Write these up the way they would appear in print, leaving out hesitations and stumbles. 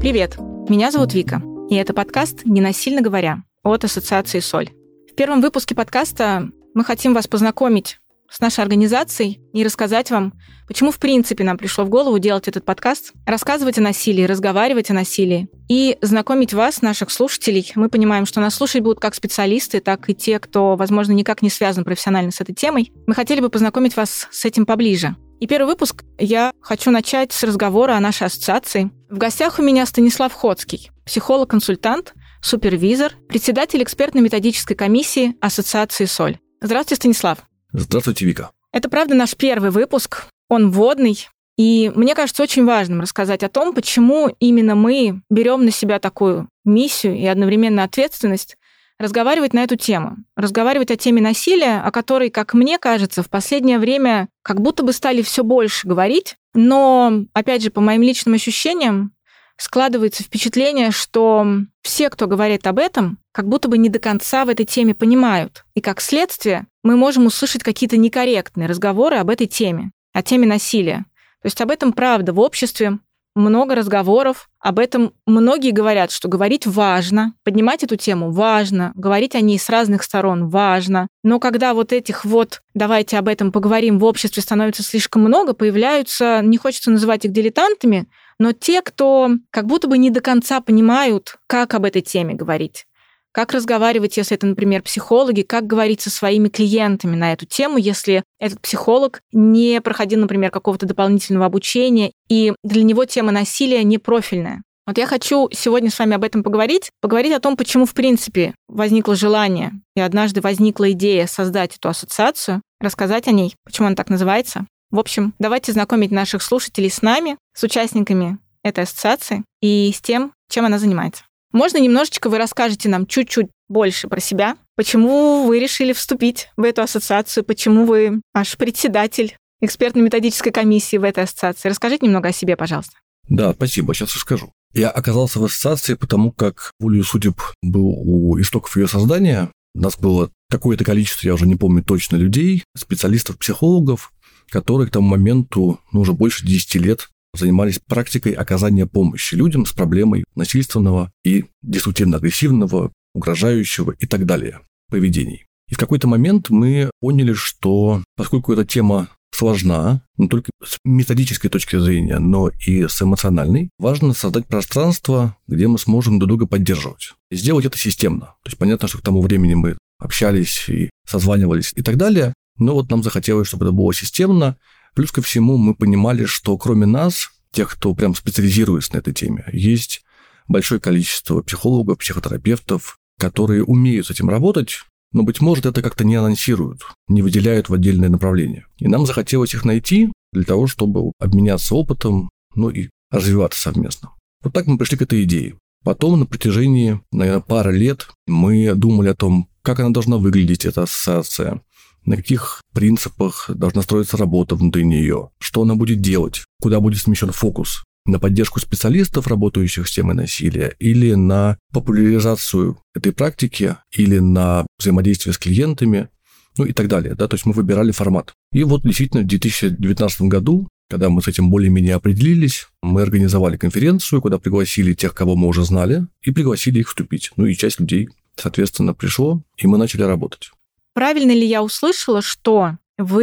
Привет, меня зовут Вика, и это подкаст «Не насильно говоря» от Ассоциации «Соль». В первом выпуске подкаста мы хотим вас познакомить с нашей организацией и рассказать вам, почему, в принципе, нам пришло в голову делать этот подкаст, рассказывать о насилии, разговаривать о насилии и знакомить вас, наших слушателей. Мы понимаем, что нас слушать будут как специалисты, так и те, кто, возможно, никак не связан профессионально с этой темой. Мы хотели бы познакомить вас с этим поближе. И первый выпуск я хочу начать с разговора о нашей ассоциации. В гостях у меня Станислав Ходский, психолог-консультант, супервизор, председатель экспертно-методической комиссии Ассоциации «Соль». Здравствуйте, Станислав. Здравствуйте, Вика. Это, правда, наш первый выпуск. Он вводный. И мне кажется очень важным рассказать о том, почему именно мы берем на себя такую миссию и одновременно ответственность разговаривать на эту тему. Разговаривать о теме насилия, о которой, как мне кажется, в последнее время как будто бы стали все больше говорить. Но, опять же, по моим личным ощущениям, складывается впечатление, что все, кто говорит об этом, как будто бы не до конца в этой теме понимают. И как следствие мы можем услышать какие-то некорректные разговоры об этой теме, о теме насилия. То есть об этом, правда, в обществе много разговоров, об этом многие говорят, что говорить важно, поднимать эту тему важно, говорить о ней с разных сторон важно. Но когда вот этих вот «давайте об этом поговорим» в обществе становится слишком много, появляются, не хочется называть их дилетантами, но те, кто как будто бы не до конца понимают, как об этой теме говорить. Как разговаривать, если это, например, психологи, как говорить со своими клиентами на эту тему, если этот психолог не проходил, например, какого-то дополнительного обучения, и для него тема насилия не профильная. Вот я хочу сегодня с вами об этом поговорить о том, почему, в принципе, возникло желание, и однажды возникла идея создать эту ассоциацию, рассказать о ней, почему она так называется. В общем, давайте знакомить наших слушателей с нами, с участниками этой ассоциации и с тем, чем она занимается. Можно немножечко вы расскажете нам чуть-чуть больше про себя? Почему вы решили вступить в эту ассоциацию? Почему вы аж председатель экспертно-методической комиссии в этой ассоциации? Расскажите немного о себе, пожалуйста. Да, спасибо, сейчас расскажу. Я оказался в ассоциации, потому как волею судеб был у истоков ее создания. У нас было какое-то количество, я уже не помню точно, людей, специалистов, психологов, которые к тому моменту, уже больше 10 лет занимались практикой оказания помощи людям с проблемой насильственного и деструктивно-агрессивного, угрожающего и так далее поведений. И в какой-то момент мы поняли, что поскольку эта тема сложна, не только с методической точки зрения, но и с эмоциональной, важно создать пространство, где мы сможем друг друга поддерживать. И сделать это системно. То есть понятно, что к тому времени мы общались и созванивались и так далее, но вот нам захотелось, чтобы это было системно. Плюс ко всему мы понимали, что кроме нас, тех, кто прям специализируется на этой теме, есть большое количество психологов, психотерапевтов, которые умеют с этим работать, но, быть может, это как-то не анонсируют, не выделяют в отдельное направление. И нам захотелось их найти для того, чтобы обменяться опытом, и развиваться совместно. Вот так мы пришли к этой идее. Потом на протяжении, наверное, пары лет мы думали о том, как она должна выглядеть, эта ассоциация, на каких принципах должна строиться работа внутри нее, что она будет делать, куда будет смещен фокус, на поддержку специалистов, работающих с темой насилия, или на популяризацию этой практики, или на взаимодействие с клиентами, и так далее. То есть мы выбирали формат. И вот действительно в 2019 году, когда мы с этим более-менее определились, мы организовали конференцию, куда пригласили тех, кого мы уже знали, и пригласили их вступить. И часть людей, соответственно, пришло, и мы начали работать. Правильно ли я услышала, что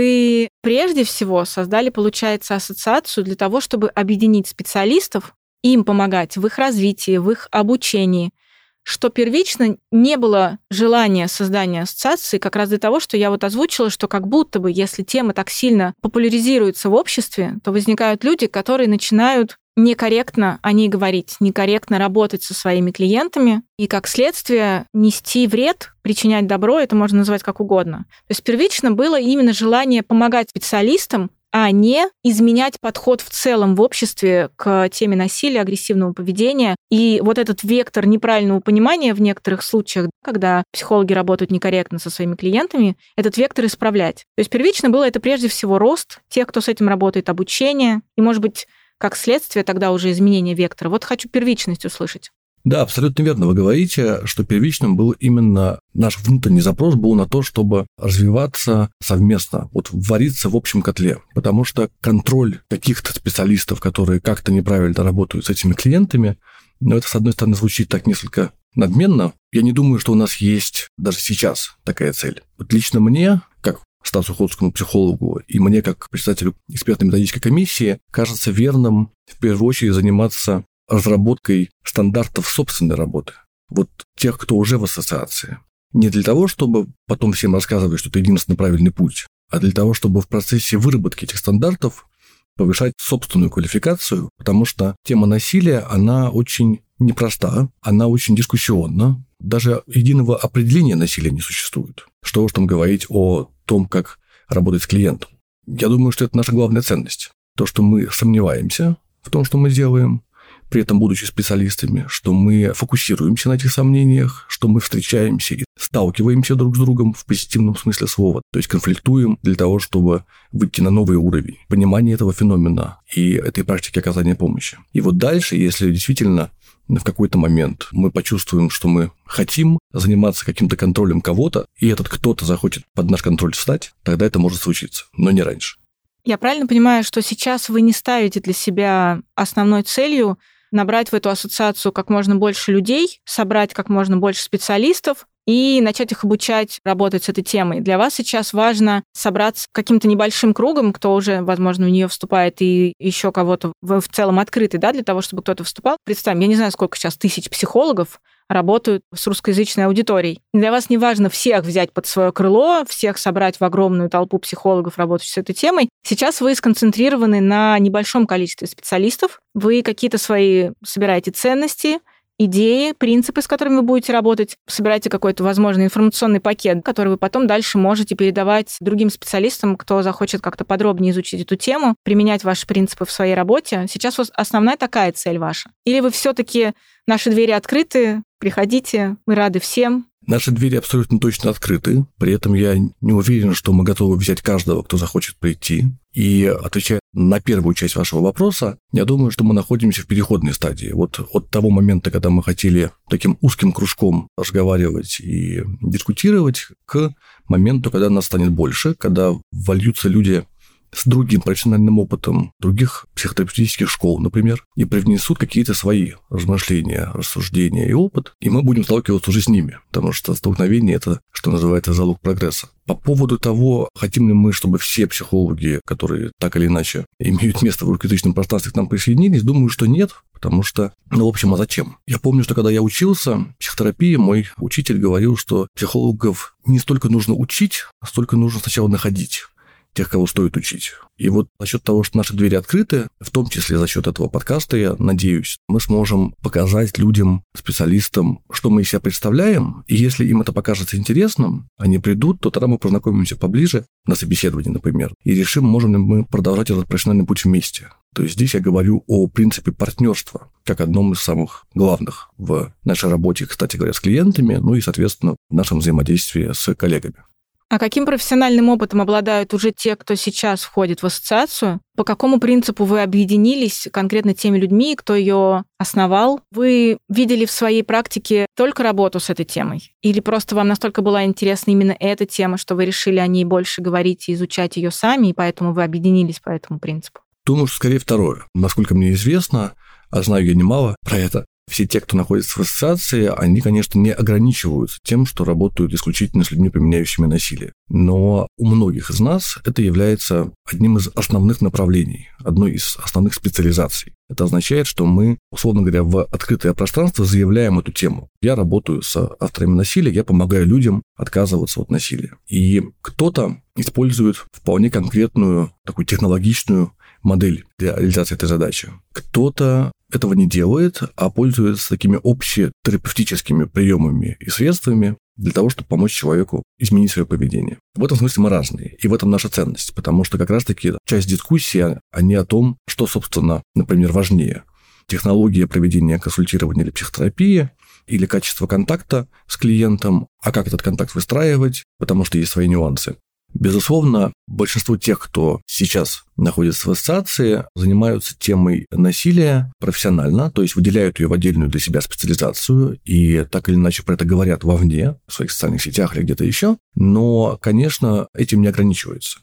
вы прежде всего создали, получается, ассоциацию для того, чтобы объединить специалистов, им помогать в их развитии, в их обучении, что первично не было желания создания ассоциации как раз для того, что я озвучила, что как будто бы, если тема так сильно популяризируется в обществе, то возникают люди, которые начинают некорректно о ней говорить, некорректно работать со своими клиентами и, как следствие, нести вред, причинять добро, это можно назвать как угодно. То есть первично было именно желание помогать специалистам, а не изменять подход в целом в обществе к теме насилия, агрессивного поведения. И вот этот вектор неправильного понимания в некоторых случаях, когда психологи работают некорректно со своими клиентами, этот вектор исправлять. То есть первично было это прежде всего рост тех, кто с этим работает, обучение, и, может быть, как следствие тогда уже изменение вектора. Вот хочу первичность услышать. Да, абсолютно верно. Вы говорите, что первичным был именно наш внутренний запрос был на то, чтобы развиваться совместно, вариться в общем котле. Потому что контроль каких-то специалистов, которые как-то неправильно работают с этими клиентами, Но это, с одной стороны, звучит так несколько надменно. Я не думаю, что у нас есть даже сейчас такая цель. Вот лично мне, как статсуходскому психологу, и мне, как председателю экспертно-методической комиссии, кажется верным в первую очередь заниматься разработкой стандартов собственной работы. Вот тех, кто уже в ассоциации. Не для того, чтобы потом всем рассказывать, что это единственный правильный путь, а для того, чтобы в процессе выработки этих стандартов повышать собственную квалификацию, потому что тема насилия, она очень непроста, она очень дискуссионна. Даже единого определения насилия не существует. Что уж там говорить о том, как работать с клиентом. Я думаю, что это наша главная ценность. То, что мы сомневаемся в том, что мы делаем, при этом будучи специалистами, что мы фокусируемся на этих сомнениях, что мы встречаемся и сталкиваемся друг с другом в позитивном смысле слова, то есть конфликтуем для того, чтобы выйти на новый уровень понимания этого феномена и этой практики оказания помощи. И вот дальше, если действительно в какой-то момент мы почувствуем, что мы хотим заниматься каким-то контролем кого-то, и этот кто-то захочет под наш контроль встать, тогда это может случиться, но не раньше. Я правильно понимаю, что сейчас вы не ставите для себя основной целью набрать в эту ассоциацию как можно больше людей, собрать как можно больше специалистов и начать их обучать работать с этой темой. Для вас сейчас важно собраться каким-то небольшим кругом, кто уже, возможно, в нее вступает, и еще кого-то в целом открытый, да, для того, чтобы кто-то вступал. Представим, я не знаю, сколько сейчас тысяч психологов работают с русскоязычной аудиторией. Для вас не важно всех взять под свое крыло, всех собрать в огромную толпу психологов, работающих с этой темой. Сейчас вы сконцентрированы на небольшом количестве специалистов, вы какие-то свои собираете ценности, идеи, принципы, с которыми вы будете работать, собираете какой-то, возможно, информационный пакет, который вы потом дальше можете передавать другим специалистам, кто захочет как-то подробнее изучить эту тему, применять ваши принципы в своей работе. Сейчас основная такая цель ваша. Или вы все-таки наши двери открыты, приходите, мы рады всем. Наши двери абсолютно точно открыты, при этом я не уверен, что мы готовы взять каждого, кто захочет прийти. И отвечая на первую часть вашего вопроса, я думаю, что мы находимся в переходной стадии. Вот от того момента, когда мы хотели таким узким кружком разговаривать и дискутировать, к моменту, когда нас станет больше, когда вольются люди с другим профессиональным опытом других психотерапевтических школ, например, и привнесут какие-то свои размышления, рассуждения и опыт, и мы будем сталкиваться уже с ними, потому что столкновение – это, что называется, залог прогресса. По поводу того, хотим ли мы, чтобы все психологи, которые так или иначе имеют место в русскоязычном пространстве, к нам присоединились, думаю, что нет, потому что, в общем, а зачем? Я помню, что когда я учился психотерапии, мой учитель говорил, что психологов не столько нужно учить, а столько нужно сначала находить тех, кого стоит учить. И вот за счет того, что наши двери открыты, в том числе за счет этого подкаста, я надеюсь, мы сможем показать людям, специалистам, что мы из себя представляем, и если им это покажется интересным, они придут, то тогда мы познакомимся поближе на собеседовании, например, и решим, можем ли мы продолжать этот профессиональный путь вместе. То есть здесь я говорю о принципе партнерства, как одном из самых главных в нашей работе, кстати говоря, с клиентами, и, соответственно, в нашем взаимодействии с коллегами. А каким профессиональным опытом обладают уже те, кто сейчас входит в ассоциацию? По какому принципу вы объединились конкретно теми людьми, кто ее основал? Вы видели в своей практике только работу с этой темой? Или просто вам настолько была интересна именно эта тема, что вы решили о ней больше говорить и изучать ее сами, и поэтому вы объединились по этому принципу? Думаю, что скорее второе. Насколько мне известно, а знаю я немало про это, все те, кто находится в ассоциации, они, конечно, не ограничиваются тем, что работают исключительно с людьми, применяющими насилие. Но у многих из нас это является одним из основных направлений, одной из основных специализаций. Это означает, что мы, условно говоря, в открытое пространство заявляем эту тему. Я работаю с авторами насилия, я помогаю людям отказываться от насилия. И кто-то использует вполне конкретную, такую технологичную модель для реализации этой задачи. Кто-то этого не делает, а пользуется такими общетерапевтическими приемами и средствами для того, чтобы помочь человеку изменить свое поведение. В этом смысле мы разные, и в этом наша ценность, потому что как раз-таки часть дискуссии, а не о том, что, собственно, например, важнее. Технология проведения консультирования или психотерапии, или качество контакта с клиентом, а как этот контакт выстраивать, потому что есть свои нюансы. Безусловно, большинство тех, кто сейчас находится в ассоциации, занимаются темой насилия профессионально, то есть выделяют ее в отдельную для себя специализацию и так или иначе про это говорят вовне, в своих социальных сетях или где-то еще, но, конечно, этим не ограничиваются.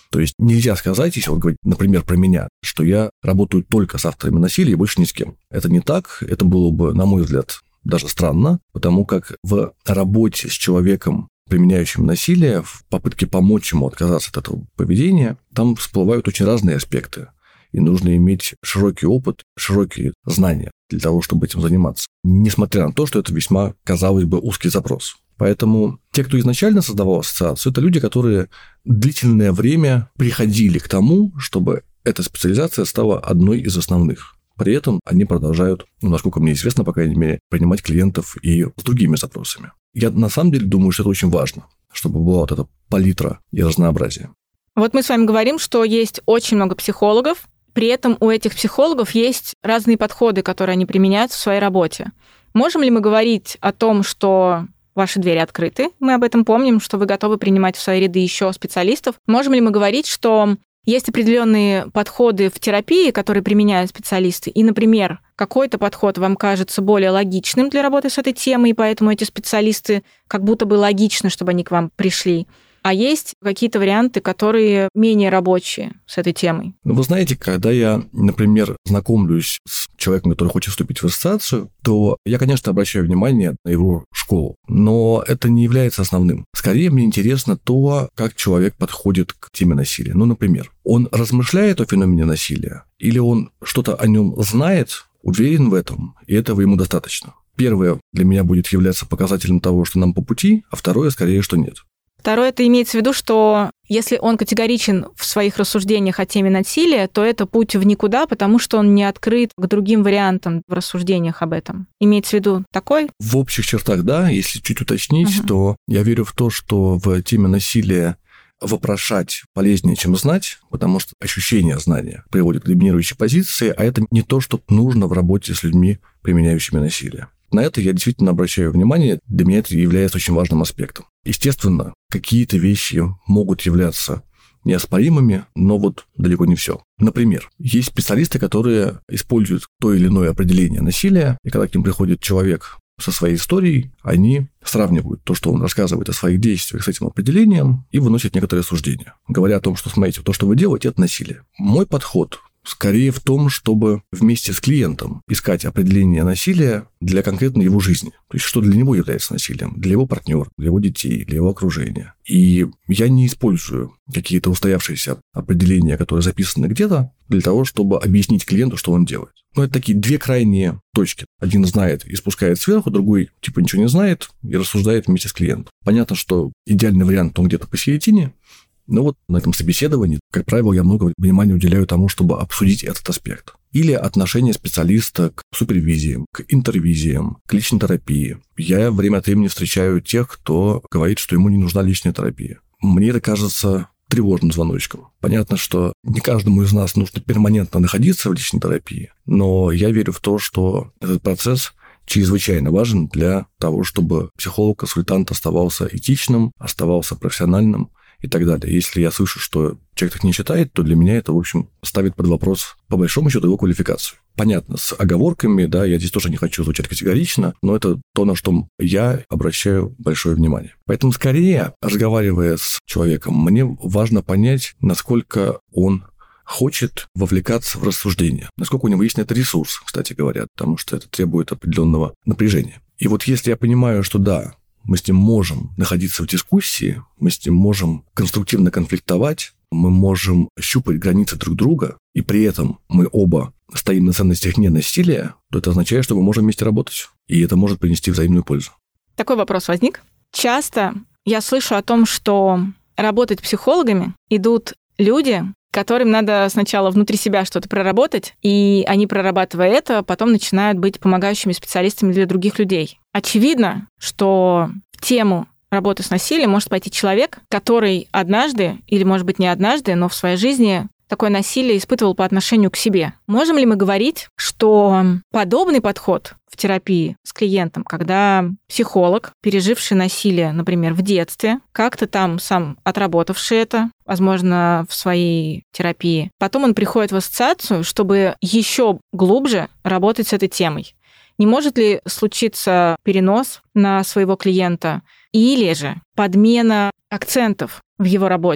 То есть нельзя сказать, если вот говорить, например, про меня, что я работаю только с авторами насилия и больше ни с кем. Это не так, это было бы, на мой взгляд, даже странно, потому как в работе с человеком, применяющим насилие, в попытке помочь ему отказаться от этого поведения, там всплывают очень разные аспекты. И нужно иметь широкий опыт, широкие знания для того, чтобы этим заниматься. Несмотря на то, что это весьма, казалось бы, узкий запрос. Поэтому те, кто изначально создавал ассоциацию, это люди, которые длительное время приходили к тому, чтобы эта специализация стала одной из основных. При этом они продолжают, насколько мне известно, по крайней мере, принимать клиентов и с другими запросами. Я на самом деле думаю, что это очень важно, чтобы была вот эта палитра и разнообразие. Вот мы с вами говорим, что есть очень много психологов, при этом у этих психологов есть разные подходы, которые они применяют в своей работе. Можем ли мы говорить о том, что ваши двери открыты? Мы об этом помним, что вы готовы принимать в свои ряды еще специалистов. Можем ли мы говорить, что есть определенные подходы в терапии, которые применяют специалисты, и, например, какой-то подход вам кажется более логичным для работы с этой темой, и поэтому эти специалисты как будто бы логично, чтобы они к вам пришли? А есть какие-то варианты, которые менее рабочие с этой темой? Вы знаете, когда я, например, знакомлюсь с человеком, который хочет вступить в ассоциацию, то я, конечно, обращаю внимание на его школу, но это не является основным. Скорее, мне интересно то, как человек подходит к теме насилия. Ну, например, он размышляет о феномене насилия, или он что-то о нем знает, уверен в этом, и этого ему достаточно. Первое для меня будет являться показателем того, что нам по пути, а второе, скорее, что нет. Второе, это имеется в виду, что если он категоричен в своих рассуждениях о теме насилия, то это путь в никуда, потому что он не открыт к другим вариантам в рассуждениях об этом. Имеется в виду такой? В общих чертах, да. Если чуть уточнить, то я верю в то, что в теме насилия вопрошать полезнее, чем знать, потому что ощущение знания приводит к доминирующей позиции, а это не то, что нужно в работе с людьми, применяющими насилие. На это я действительно обращаю внимание, для меня это является очень важным аспектом. Естественно, какие-то вещи могут являться неоспоримыми, но вот далеко не все. Например, есть специалисты, которые используют то или иное определение насилия, и когда к ним приходит человек со своей историей, они сравнивают то, что он рассказывает о своих действиях с этим определением, и выносят некоторые суждения, говоря о том, что, смотрите, то, что вы делаете, это насилие. Мой подход скорее в том, чтобы вместе с клиентом искать определение насилия для конкретно его жизни. То есть, что для него является насилием, для его партнера, для его детей, для его окружения. И я не использую какие-то устоявшиеся определения, которые записаны где-то, для того, чтобы объяснить клиенту, что он делает. Но это такие две крайние точки. Один знает и спускает сверху, другой типа ничего не знает и рассуждает вместе с клиентом. Понятно, что идеальный вариант, он где-то посередине. Но вот на этом собеседовании, как правило, я много внимания уделяю тому, чтобы обсудить этот аспект. Или отношение специалиста к супервизиям, к интервизиям, к личной терапии. Я время от времени встречаю тех, кто говорит, что ему не нужна личная терапия. Мне это кажется тревожным звоночком. Понятно, что не каждому из нас нужно перманентно находиться в личной терапии, но я верю в то, что этот процесс чрезвычайно важен для того, чтобы психолог-консультант оставался этичным, оставался профессиональным и так далее. Если я слышу, что человек так не считает, то для меня это, в общем, ставит под вопрос, по большому счету, его квалификацию. Понятно, с оговорками, да, я здесь тоже не хочу звучать категорично, но это то, на что я обращаю большое внимание. Поэтому, скорее, разговаривая с человеком, мне важно понять, насколько он хочет вовлекаться в рассуждения, насколько у него есть на это ресурс, кстати говоря, потому что это требует определенного напряжения. И вот если я понимаю, что да, мы с ним можем находиться в дискуссии, мы с ним можем конструктивно конфликтовать, мы можем щупать границы друг друга, и при этом мы оба стоим на ценностях ненасилия, то это означает, что мы можем вместе работать, и это может принести взаимную пользу. Такой вопрос возник. Часто я слышу о том, что работать психологами идут люди, которым надо сначала внутри себя что-то проработать, и они, прорабатывая это, потом начинают быть помогающими специалистами для других людей. Очевидно, что в тему работы с насилием может пойти человек, который однажды, или, может быть, не однажды, но в своей жизни такое насилие испытывал по отношению к себе. Можем ли мы говорить, что подобный подход в терапии с клиентом, когда психолог, переживший насилие, например, в детстве, как-то там сам отработавший это, возможно, в своей терапии, потом он приходит в ассоциацию, чтобы еще глубже работать с этой темой? Не может ли случиться перенос на своего клиента или же подмена акцентов в его работе?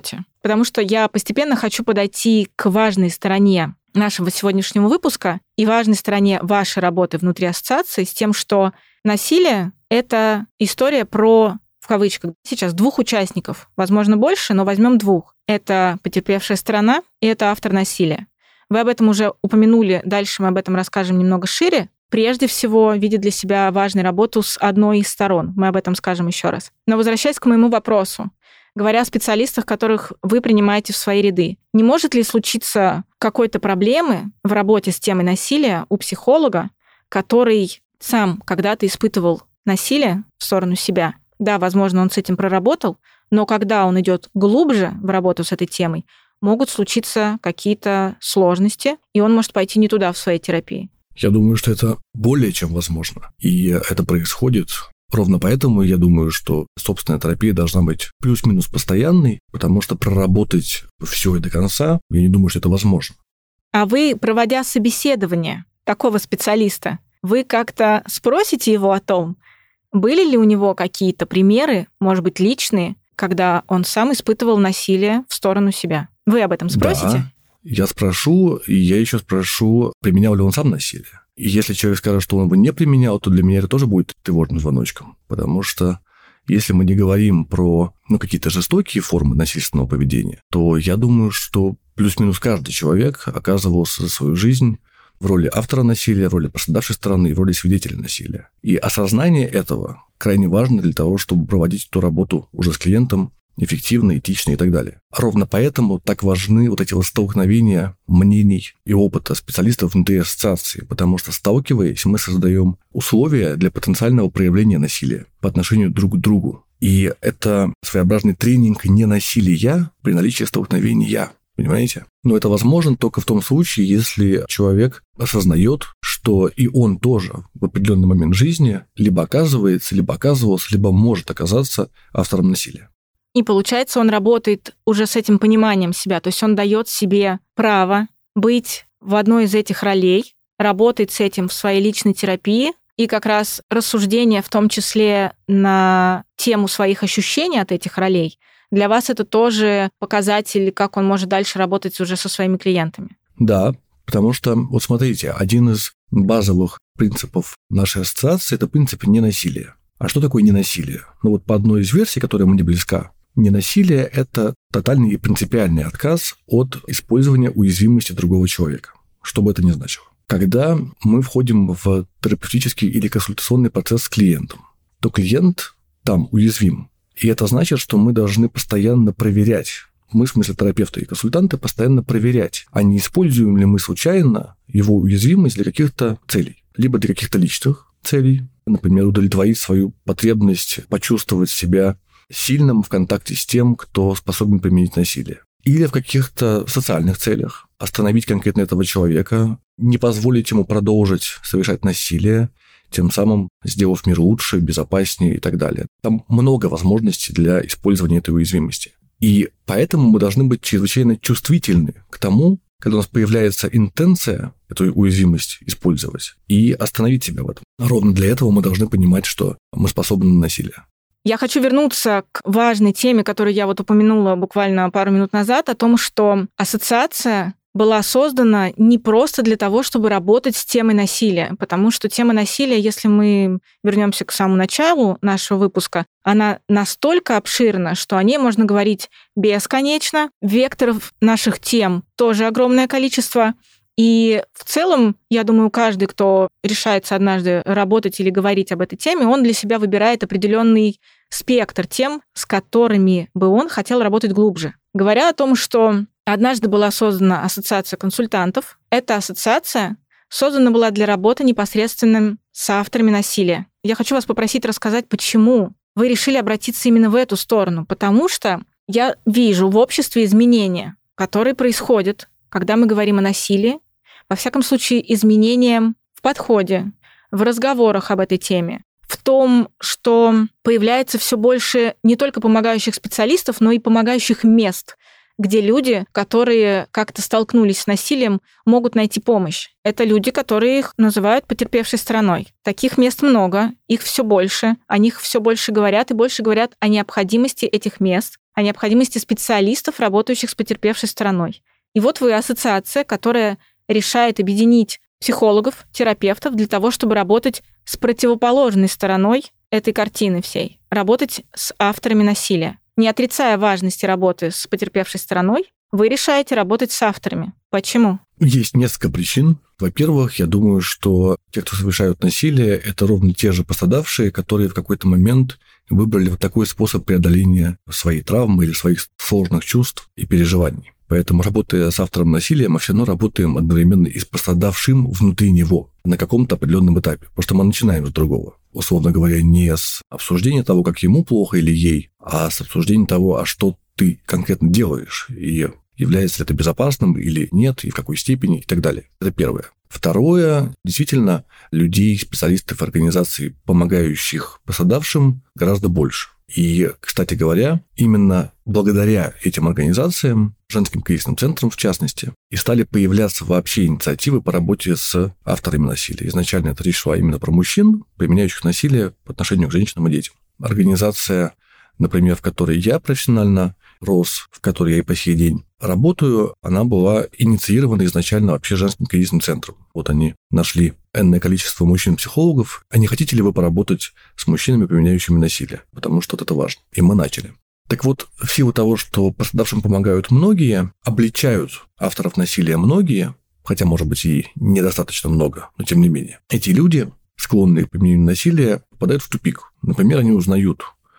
потому что я постепенно хочу подойти к важной стороне нашего сегодняшнего выпуска и важной стороне вашей работы внутри ассоциации с тем, что насилие — это история про, в кавычках, сейчас 2 участников, возможно, больше, но возьмем 2. Это потерпевшая сторона и это автор насилия. Вы об этом уже упомянули, дальше мы об этом расскажем немного шире. Прежде всего, видит для себя важной работу с одной из сторон. Мы об этом скажем еще раз. Но возвращаясь к моему вопросу, говоря о специалистах, которых вы принимаете в свои ряды, не может ли случиться какой-то проблемы в работе с темой насилия у психолога, который сам когда-то испытывал насилие в сторону себя? Да, возможно, он с этим проработал, но когда он идет глубже в работу с этой темой, могут случиться какие-то сложности, и он может пойти не туда в своей терапии. Я думаю, что это более чем возможно. И это происходит. Ровно поэтому я думаю, что собственная терапия должна быть плюс-минус постоянной, потому что проработать все и до конца, я не думаю, что это возможно. А вы, проводя собеседование такого специалиста, вы как-то спросите его о том, были ли у него какие-то примеры, может быть, личные, когда он сам испытывал насилие в сторону себя? Вы об этом спросите? Да. Я спрошу, и я еще спрошу, применял ли он сам насилие. И если человек скажет, что он его не применял, то для меня это тоже будет тревожным звоночком. Потому что если мы не говорим про какие-то жестокие формы насильственного поведения, то я думаю, что плюс-минус каждый человек оказывался за свою жизнь в роли автора насилия, в роли пострадавшей стороны и в роли свидетеля насилия. И осознание этого крайне важно для того, чтобы проводить эту работу уже с клиентом эффективно, этично и так далее. Ровно поэтому так важны вот эти вот столкновения мнений и опыта специалистов внутри ассоциации, потому что, сталкиваясь, мы создаем условия для потенциального проявления насилия по отношению друг к другу. И это своеобразный тренинг ненасилия при наличии столкновения. Понимаете? Но это возможно только в том случае, если человек осознает, что и он тоже в определенный момент жизни либо оказывается, либо оказывался, либо может оказаться автором насилия. И получается, он работает уже с этим пониманием себя, то есть он дает себе право быть в одной из этих ролей, работает с этим в своей личной терапии, и как раз рассуждение, в том числе на тему своих ощущений от этих ролей, для вас это тоже показатель, как он может дальше работать уже со своими клиентами. Да, потому что, вот смотрите, один из базовых принципов нашей ассоциации – это принцип ненасилия. А что такое ненасилие? Вот по одной из версий, которая мне близка, ненасилие – это тотальный и принципиальный отказ от использования уязвимости другого человека, что бы это ни значило. Когда мы входим в терапевтический или консультационный процесс с клиентом, то клиент там уязвим. И это значит, что мы должны постоянно проверять, мы, в смысле терапевты и консультанты, постоянно проверять, а не используем ли мы случайно его уязвимость для каких-то целей, либо для каких-то личных целей, например, удовлетворить свою потребность почувствовать себя сильным в контакте с тем, кто способен применить насилие. Или в каких-то социальных целях остановить конкретно этого человека, не позволить ему продолжить совершать насилие, тем самым сделав мир лучше, безопаснее и так далее. Там много возможностей для использования этой уязвимости. И поэтому мы должны быть чрезвычайно чувствительны к тому, когда у нас появляется интенция эту уязвимость использовать, и остановить себя в этом. Ровно для этого мы должны понимать, что мы способны на насилие. Я хочу вернуться к важной теме, которую я упомянула буквально пару минут назад, о том, что ассоциация была создана не просто для того, чтобы работать с темой насилия, потому что тема насилия, если мы вернемся к самому началу нашего выпуска, она настолько обширна, что о ней можно говорить бесконечно. Векторов наших тем тоже огромное количество. И в целом, я думаю, каждый, кто решается однажды работать или говорить об этой теме, он для себя выбирает определенный спектр тем, с которыми бы он хотел работать глубже. Говоря о том, что однажды была создана ассоциация консультантов, эта ассоциация создана была для работы непосредственно с авторами насилия. Я хочу вас попросить рассказать, почему вы решили обратиться именно в эту сторону, потому что я вижу в обществе изменения, которые происходят, когда мы говорим о насилии, во всяком случае, изменения в подходе, в разговорах об этой теме, в том, что появляется все больше не только помогающих специалистов, но и помогающих мест, где люди, которые как-то столкнулись с насилием, могут найти помощь. Это люди, которые их называют потерпевшей стороной. Таких мест много, их все больше, о них все больше говорят и больше говорят о необходимости этих мест. о необходимости специалистов, работающих с потерпевшей стороной. И вот вы ассоциация, которая решает объединить психологов, терапевтов для того, чтобы работать с противоположной стороной этой картины всей, работать с авторами насилия. Не отрицая важности работы с потерпевшей стороной, вы решаете работать с авторами. Почему? Есть несколько причин. Во-первых, я думаю, что те, кто совершают насилие, это ровно те же пострадавшие, которые в какой-то момент выбрали вот такой способ преодоления своей травмы или своих сложных чувств и переживаний. Поэтому, работая с автором насилия, мы все равно работаем одновременно и с пострадавшим внутри него на каком-то определенном этапе. Потому что мы начинаем с другого. Условно говоря, не с обсуждения того, как ему плохо или ей, а с обсуждения того, а что ты конкретно делаешь, и является ли это безопасным или нет, и в какой степени, и так далее. Это первое. Второе, действительно, людей, специалистов, организаций, помогающих пострадавшим, гораздо больше. И, кстати говоря, именно благодаря этим организациям, женским кризисным центрам в частности, и стали появляться вообще инициативы по работе с авторами насилия. Изначально это речь шла именно про мужчин, применяющих насилие по отношению к женщинам и детям. Организация, например, в которой я профессионально рос, в которой я и по сей день работаю, она была инициирована изначально вообще женским кризисным центром. Вот они нашли энное количество мужчин-психологов. А не хотите ли вы поработать с мужчинами, применяющими насилие? Потому что вот это важно. И мы начали. Так вот, в силу того, что пострадавшим помогают многие, обличают авторов насилия многие, хотя, может быть, и недостаточно много, но тем не менее, эти люди, склонные к применению насилия, попадают в тупик. Например, они узнают,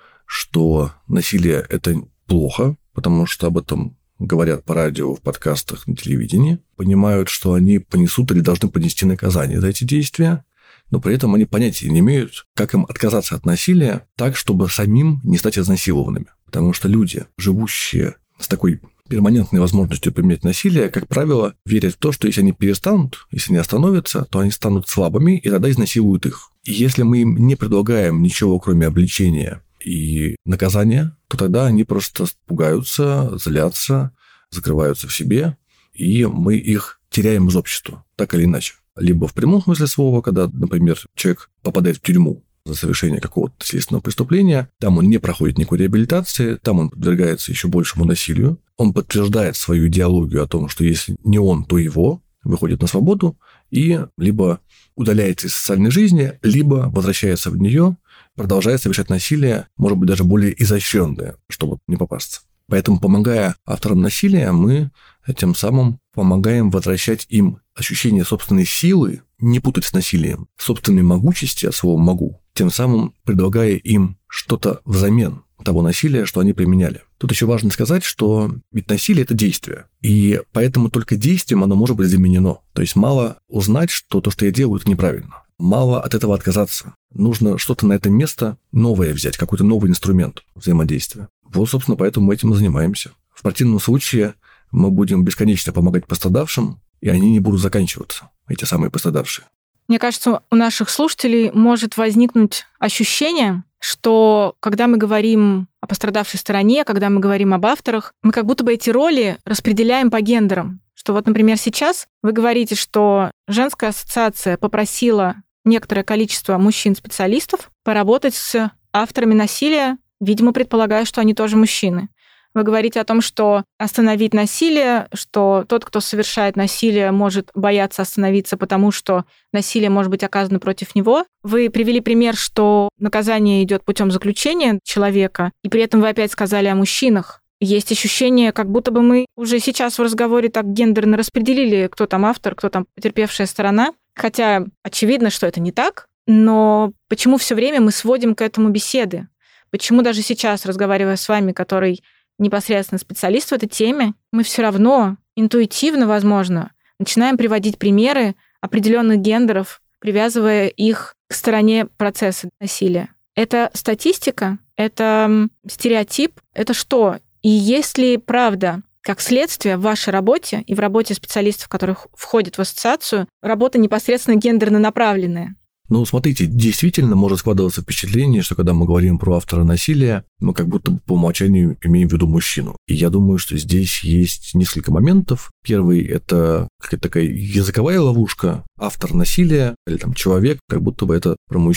что насилие – это плохо, потому что об этом говорят по радио, в подкастах, на телевидении, понимают, что они понесут или должны понести наказание за эти действия, но при этом они понятия не имеют, как им отказаться от насилия так, чтобы самим не стать изнасилованными. Потому что люди, живущие с такой перманентной возможностью применять насилие, как правило, верят в то, что если они перестанут, если они остановятся, то они станут слабыми и тогда изнасилуют их. И если мы им не предлагаем ничего, кроме обличения и наказания, то тогда они просто пугаются, злятся, закрываются в себе, и мы их теряем из общества, так или иначе. Либо в прямом смысле слова, когда, например, человек попадает в тюрьму за совершение какого-то насильственного преступления, там он не проходит никакой реабилитации, там он подвергается еще большему насилию, он подтверждает свою идеологию о том, что если не он, то его, выходит на свободу и либо удаляется из социальной жизни, либо возвращается в нее, продолжает совершать насилие, может быть, даже более изощренное, чтобы не попасться. Поэтому, помогая авторам насилия, мы тем самым помогаем возвращать им ощущение собственной силы, не путать с насилием, собственной могучести от слова «могу», тем самым предлагая им что-то взамен того насилия, что они применяли. Тут еще важно сказать, что ведь насилие – это действие, и поэтому только действием оно может быть заменено. То есть мало узнать, что то, что я делаю, это неправильно. Мало от этого отказаться. Нужно что-то на это место новое взять, какой-то новый инструмент взаимодействия. Вот, собственно, поэтому мы этим и занимаемся. В противном случае мы будем бесконечно помогать пострадавшим, и они не будут заканчиваться, эти самые пострадавшие. Мне кажется, у наших слушателей может возникнуть ощущение, что когда мы говорим о пострадавшей стороне, когда мы говорим об авторах, мы как будто бы эти роли распределяем по гендерам. Что вот, например, сейчас вы говорите, что женская ассоциация попросила некоторое количество мужчин-специалистов поработать с авторами насилия, видимо, предполагая, что они тоже мужчины. Вы говорите о том, что остановить насилие, что тот, кто совершает насилие, может бояться остановиться, потому что насилие может быть оказано против него. Вы привели пример, что наказание идет путем заключения человека, и при этом вы опять сказали о мужчинах. Есть ощущение, как будто бы мы уже сейчас в разговоре так гендерно распределили, кто там автор, кто там потерпевшая сторона. Хотя очевидно, что это не так, но почему все время мы сводим к этому беседы? Почему даже сейчас, разговаривая с вами, который непосредственно специалист в этой теме, мы все равно интуитивно, возможно, начинаем приводить примеры определенных гендеров, привязывая их к стороне процесса насилия. Это статистика? Это стереотип? Это что? И есть ли правда, как следствие в вашей работе и в работе специалистов, которые входят в ассоциацию, работа непосредственно гендерно направленная? Ну, смотрите, действительно может складываться впечатление, что когда мы говорим про автора насилия, мы как будто бы по умолчанию имеем в виду мужчину. И я думаю, что здесь есть несколько моментов. Первый – это какая-то такая языковая ловушка. Автор насилия или там человек, как будто бы это про мужчину.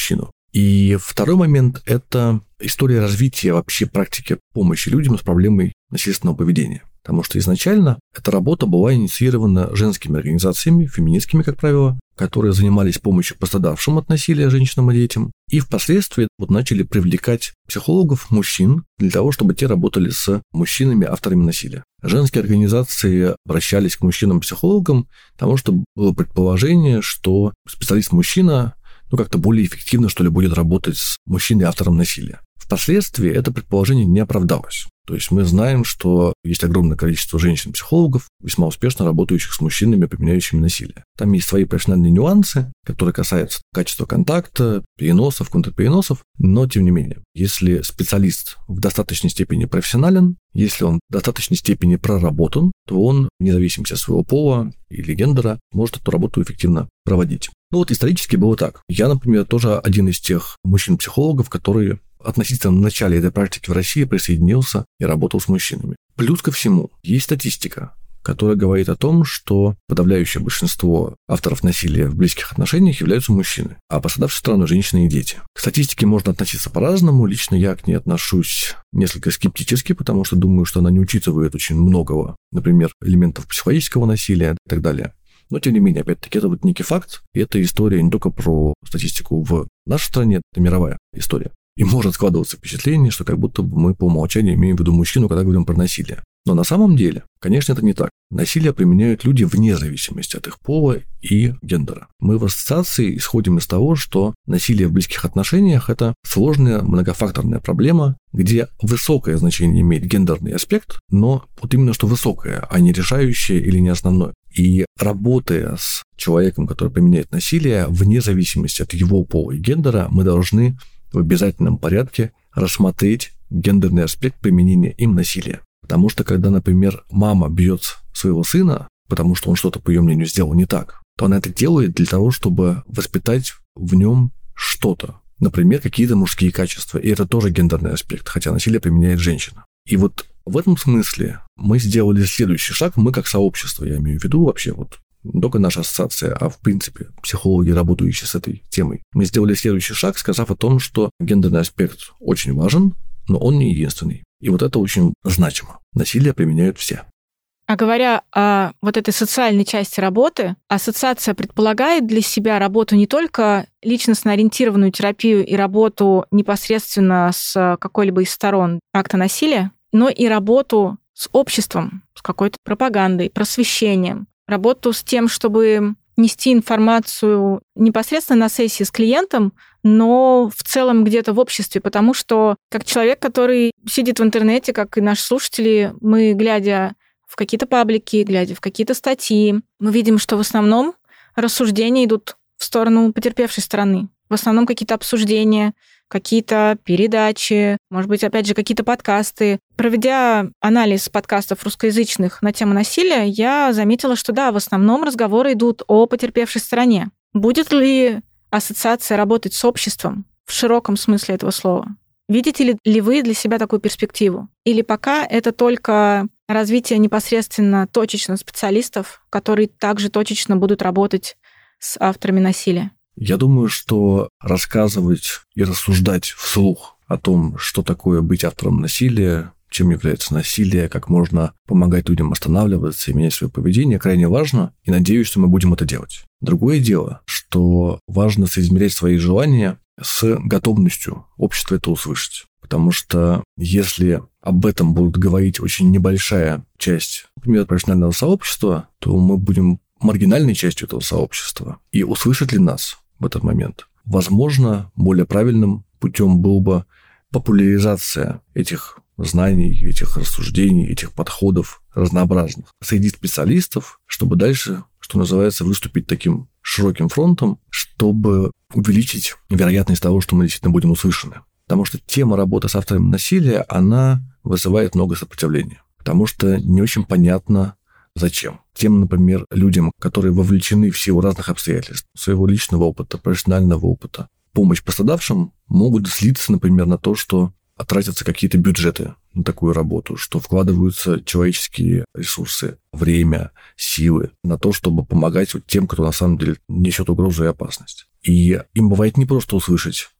И второй момент – это история развития вообще практики помощи людям с проблемой насильственного поведения. Потому что изначально эта работа была инициирована женскими организациями, феминистскими, как правило, которые занимались помощью пострадавшим от насилия женщинам и детям. И впоследствии начали привлекать психологов, мужчин, для того, чтобы те работали с мужчинами, авторами насилия. Женские организации обращались к мужчинам-психологам, потому что было предположение, что специалист-мужчина как-то более эффективно, что ли, будет работать с мужчиной, автором насилия. Впоследствии это предположение не оправдалось. То есть мы знаем, что есть огромное количество женщин-психологов, весьма успешно работающих с мужчинами, применяющими насилие. Там есть свои профессиональные нюансы, которые касаются качества контакта, переносов, контрпереносов, но тем не менее, если специалист в достаточной степени профессионален, если он в достаточной степени проработан, то он, вне зависимости от своего пола или гендера, может эту работу эффективно проводить. Исторически было так. Я, например, тоже один из тех мужчин-психологов, которые относительно в начале этой практики в России присоединился и работал с мужчинами. Плюс ко всему, есть статистика, которая говорит о том, что подавляющее большинство авторов насилия в близких отношениях являются мужчины, а пострадавшей стороной женщины и дети. К статистике можно относиться по-разному. Лично я к ней отношусь несколько скептически, потому что думаю, что она не учитывает очень многого, например, элементов психологического насилия и так далее. Но, тем не менее, опять-таки, это некий факт, и это история не только про статистику в нашей стране, это мировая история. И может складываться впечатление, что как будто бы мы по умолчанию имеем в виду мужчину, когда говорим про насилие. Но на самом деле, конечно, это не так. Насилие применяют люди вне зависимости от их пола и гендера. Мы в ассоциации исходим из того, что насилие в близких отношениях – это сложная многофакторная проблема, где высокое значение имеет гендерный аспект, но именно что высокое, а не решающее или не основное. И работая с человеком, который применяет насилие, вне зависимости от его пола и гендера, мы должны в обязательном порядке рассмотреть гендерный аспект применения им насилия. Потому что, когда, например, мама бьет своего сына, потому что он что-то, по ее мнению, сделал не так, то она это делает для того, чтобы воспитать в нем что-то. Например, какие-то мужские качества. И это тоже гендерный аспект, хотя насилие применяет женщина. И в этом смысле мы сделали следующий шаг, мы как сообщество, я имею в виду вообще не только наша ассоциация, а в принципе психологи, работающие с этой темой. Мы сделали следующий шаг, сказав о том, что гендерный аспект очень важен, но он не единственный. И это очень значимо. Насилие применяют все. А говоря о этой социальной части работы, ассоциация предполагает для себя работу не только личностно ориентированную терапию и работу непосредственно с какой-либо из сторон акта насилия, но и работу с обществом, с какой-то пропагандой, просвещением, работу с тем, чтобы нести информацию непосредственно на сессии с клиентом, но в целом где-то в обществе, потому что как человек, который сидит в интернете, как и наши слушатели, мы, глядя в какие-то паблики, глядя в какие-то статьи, мы видим, что в основном рассуждения идут в сторону потерпевшей стороны. В основном какие-то обсуждения, какие-то передачи, может быть, опять же, какие-то подкасты. Проведя анализ подкастов русскоязычных на тему насилия, я заметила, что да, в основном разговоры идут о потерпевшей стороне. Будет ли ассоциация работать с обществом в широком смысле этого слова? Видите ли вы для себя такую перспективу? Или пока это только развитие непосредственно точечно специалистов, которые также точечно будут работать с авторами насилия? Я думаю, что рассказывать и рассуждать вслух о том, что такое быть автором насилия, чем является насилие, как можно помогать людям останавливаться и менять свое поведение, крайне важно, и надеюсь, что мы будем это делать. Другое дело, что важно соизмерять свои желания с готовностью общества это услышать. Потому что если об этом будет говорить очень небольшая часть, например, профессионального сообщества, то мы будем маргинальной частью этого сообщества. И услышат ли нас в этот момент? Возможно, более правильным путем был бы популяризация этих знаний, этих рассуждений, этих подходов разнообразных среди специалистов, чтобы дальше, что называется, выступить таким широким фронтом, чтобы увеличить вероятность того, что мы действительно будем услышаны. Потому что тема работы с авторами насилия, она вызывает много сопротивления. Потому что не очень понятно, зачем. Тем, например, людям, которые вовлечены в силу разных обстоятельств, своего личного опыта, профессионального опыта, помощь пострадавшим могут слиться, например, на то, что тратятся какие-то бюджеты на такую работу, что вкладываются человеческие ресурсы, время, силы на то, чтобы помогать тем, кто на самом деле несет угрозу и опасность. И им бывает не просто услышать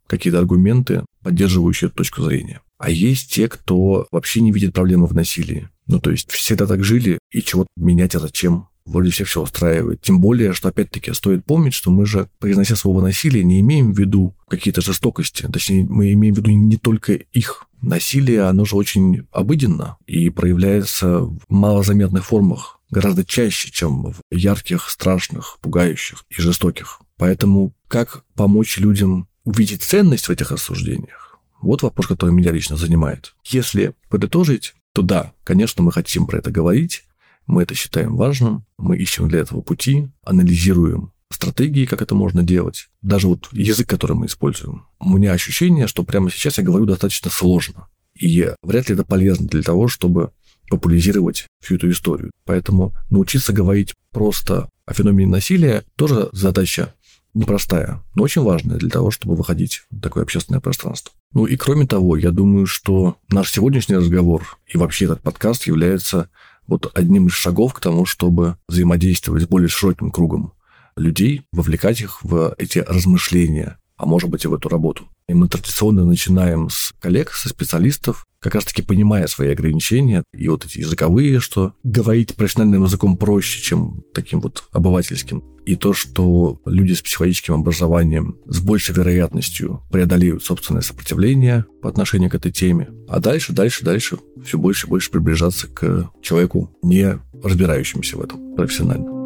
какие-то аргументы, поддерживающие эту точку зрения. А есть те, кто вообще не видит проблемы в насилии. То есть всегда так жили, и чего менять, а зачем? Вроде всех все устраивает. Тем более, что, опять-таки, стоит помнить, что мы же, произнося слово «насилие», не имеем в виду какие-то жестокости. Точнее, мы имеем в виду не только их. Насилие, оно же очень обыденно и проявляется в малозаметных формах гораздо чаще, чем в ярких, страшных, пугающих и жестоких. Поэтому как помочь людям увидеть ценность в этих рассуждениях? Вот вопрос, который меня лично занимает. Если подытожить, то да, конечно, мы хотим про это говорить, мы это считаем важным, мы ищем для этого пути, анализируем стратегии, как это можно делать, даже вот язык, который мы используем. У меня ощущение, что прямо сейчас я говорю достаточно сложно, и вряд ли это полезно для того, чтобы популяризировать всю эту историю. Поэтому научиться говорить просто о феномене насилия тоже задача непростая, но очень важная для того, чтобы выходить в такое общественное пространство. И кроме того, я думаю, что наш сегодняшний разговор и вообще этот подкаст является вот одним из шагов к тому, чтобы взаимодействовать с более широким кругом людей, вовлекать их в эти размышления, а может быть и в эту работу. И мы традиционно начинаем с коллег, со специалистов, как раз-таки понимая свои ограничения, и вот эти языковые, что говорить профессиональным языком проще, чем таким вот обывательским, и то, что люди с психологическим образованием с большей вероятностью преодолеют собственное сопротивление по отношению к этой теме, а дальше все больше и больше приближаться к человеку, не разбирающемуся в этом профессионально.